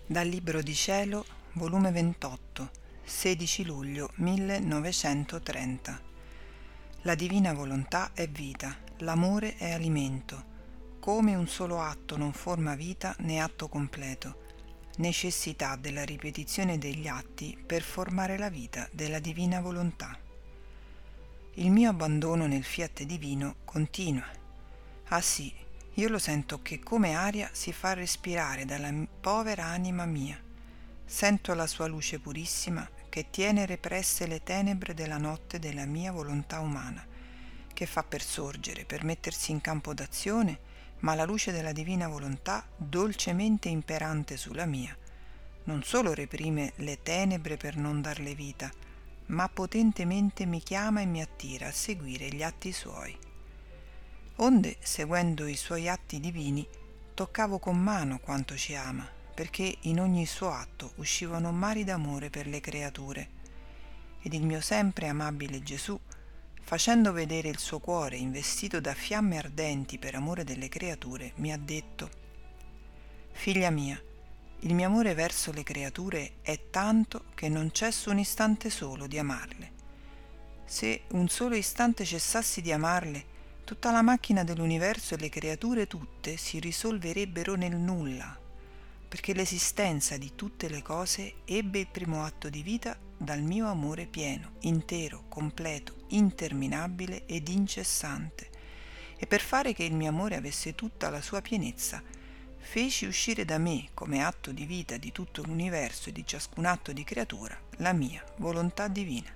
Dal Libro di Cielo, volume 28, 16 luglio 1930. La divina volontà è vita, l'amore è alimento. Come un solo atto non forma vita né atto completo, necessità della ripetizione degli atti per formare la vita della divina volontà. Il mio abbandono nel fiat divino continua. Ah sì, io lo sento che come aria si fa respirare dalla povera anima mia. Sento la sua luce purissima che tiene represse le tenebre della notte della mia volontà umana, che fa per sorgere, per mettersi in campo d'azione, ma la luce della divina volontà, dolcemente imperante sulla mia, non solo reprime le tenebre per non darle vita, ma potentemente mi chiama e mi attira a seguire gli atti suoi. Onde, seguendo i suoi atti divini, toccavo con mano quanto ci ama, perché in ogni suo atto uscivano mari d'amore per le creature. Ed il mio sempre amabile Gesù, facendo vedere il suo cuore investito da fiamme ardenti per amore delle creature, mi ha detto: «Figlia mia, il mio amore verso le creature è tanto che non cesso un istante solo di amarle. Se un solo istante cessassi di amarle, tutta la macchina dell'universo e le creature tutte si risolverebbero nel nulla, perché l'esistenza di tutte le cose ebbe il primo atto di vita dal mio amore pieno, intero, completo, interminabile ed incessante. E per fare che il mio amore avesse tutta la sua pienezza, feci uscire da me, come atto di vita di tutto l'universo e di ciascun atto di creatura, la mia volontà divina.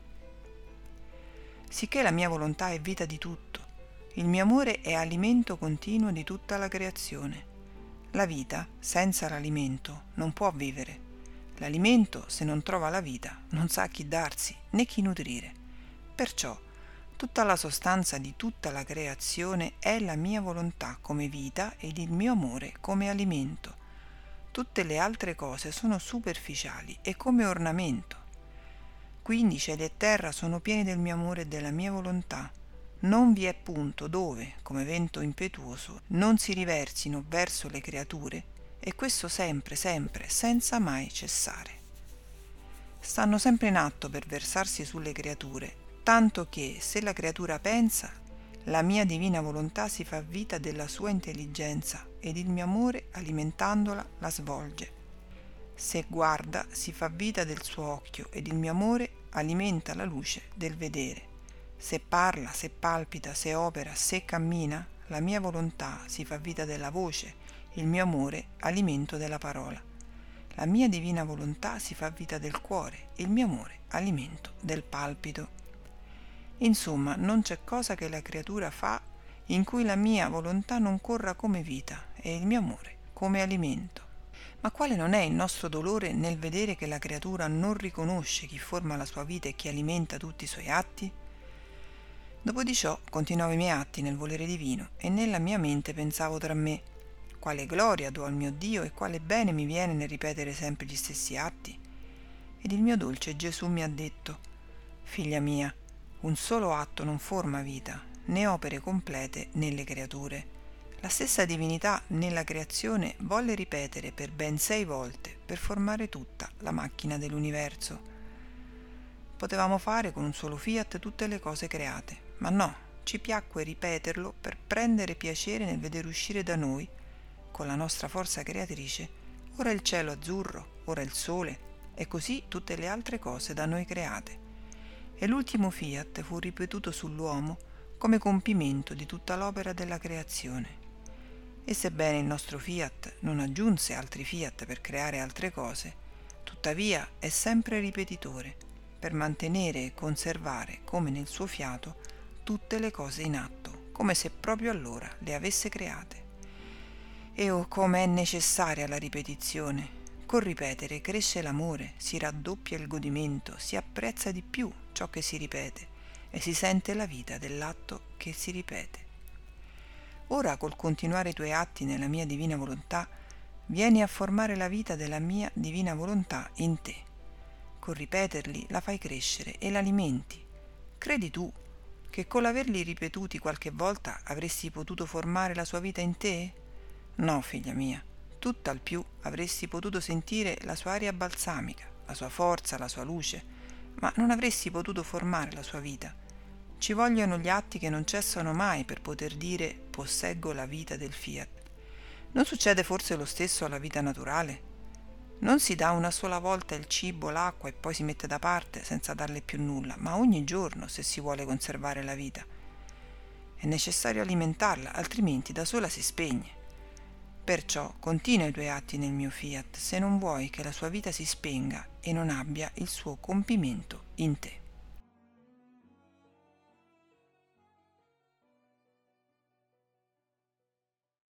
Sicché la mia volontà è vita di tutto, il mio amore è alimento continuo di tutta la creazione. La vita, senza l'alimento, non può vivere. L'alimento, se non trova la vita, non sa a chi darsi né chi nutrire. Perciò, tutta la sostanza di tutta la creazione è la mia volontà come vita ed il mio amore come alimento. Tutte le altre cose sono superficiali e come ornamento. Quindi cielo e terra sono pieni del mio amore e della mia volontà. Non vi è punto dove, come vento impetuoso, non si riversino verso le creature, e questo sempre, sempre, senza mai cessare. Stanno sempre in atto per versarsi sulle creature, tanto che, se la creatura pensa, la mia divina volontà si fa vita della sua intelligenza ed il mio amore, alimentandola, la svolge. Se guarda, si fa vita del suo occhio ed il mio amore alimenta la luce del vedere. Se parla, se palpita, se opera, se cammina, la mia volontà si fa vita della voce, il mio amore alimento della parola. La mia divina volontà si fa vita del cuore, il mio amore alimento del palpito. Insomma, non c'è cosa che la creatura fa in cui la mia volontà non corra come vita e il mio amore come alimento. Ma quale non è il nostro dolore nel vedere che la creatura non riconosce chi forma la sua vita e chi alimenta tutti i suoi atti? Dopo di ciò continuavo i miei atti nel volere divino e nella mia mente pensavo tra me: quale gloria do al mio Dio e quale bene mi viene nel ripetere sempre gli stessi atti? Ed il mio dolce Gesù mi ha detto: figlia mia, un solo atto non forma vita, né opere complete nelle creature. La stessa divinità nella creazione volle ripetere per ben 6 volte per formare tutta la macchina dell'universo. Potevamo fare con un solo fiat tutte le cose create, ma no, ci piacque ripeterlo per prendere piacere nel vedere uscire da noi, con la nostra forza creatrice, ora il cielo azzurro, ora il sole, e così tutte le altre cose da noi create. E l'ultimo fiat fu ripetuto sull'uomo come compimento di tutta l'opera della creazione. E sebbene il nostro fiat non aggiunse altri fiat per creare altre cose, tuttavia è sempre ripetitore, per mantenere e conservare, come nel suo fiato, tutte le cose in atto, come se proprio allora le avesse create. E oh, come è necessaria la ripetizione! Col ripetere cresce l'amore, si raddoppia il godimento, si apprezza di più ciò che si ripete e si sente la vita dell'atto che si ripete. Ora, col continuare i tuoi atti nella mia divina volontà, vieni a formare la vita della mia divina volontà in te. Col ripeterli la fai crescere e l'alimenti. Credi tu che con l'averli ripetuti qualche volta avresti potuto formare la sua vita in te? No, figlia mia, tutt'al più avresti potuto sentire la sua aria balsamica, la sua forza, la sua luce, ma non avresti potuto formare la sua vita. Ci vogliono gli atti che non cessano mai per poter dire posseggo la vita del fiat. Non succede forse lo stesso alla vita naturale? Non si dà una sola volta il cibo, l'acqua e poi si mette da parte senza darle più nulla, ma ogni giorno se si vuole conservare la vita. È necessario alimentarla, altrimenti da sola si spegne. Perciò continua i tuoi atti nel mio fiat se non vuoi che la sua vita si spenga e non abbia il suo compimento in te.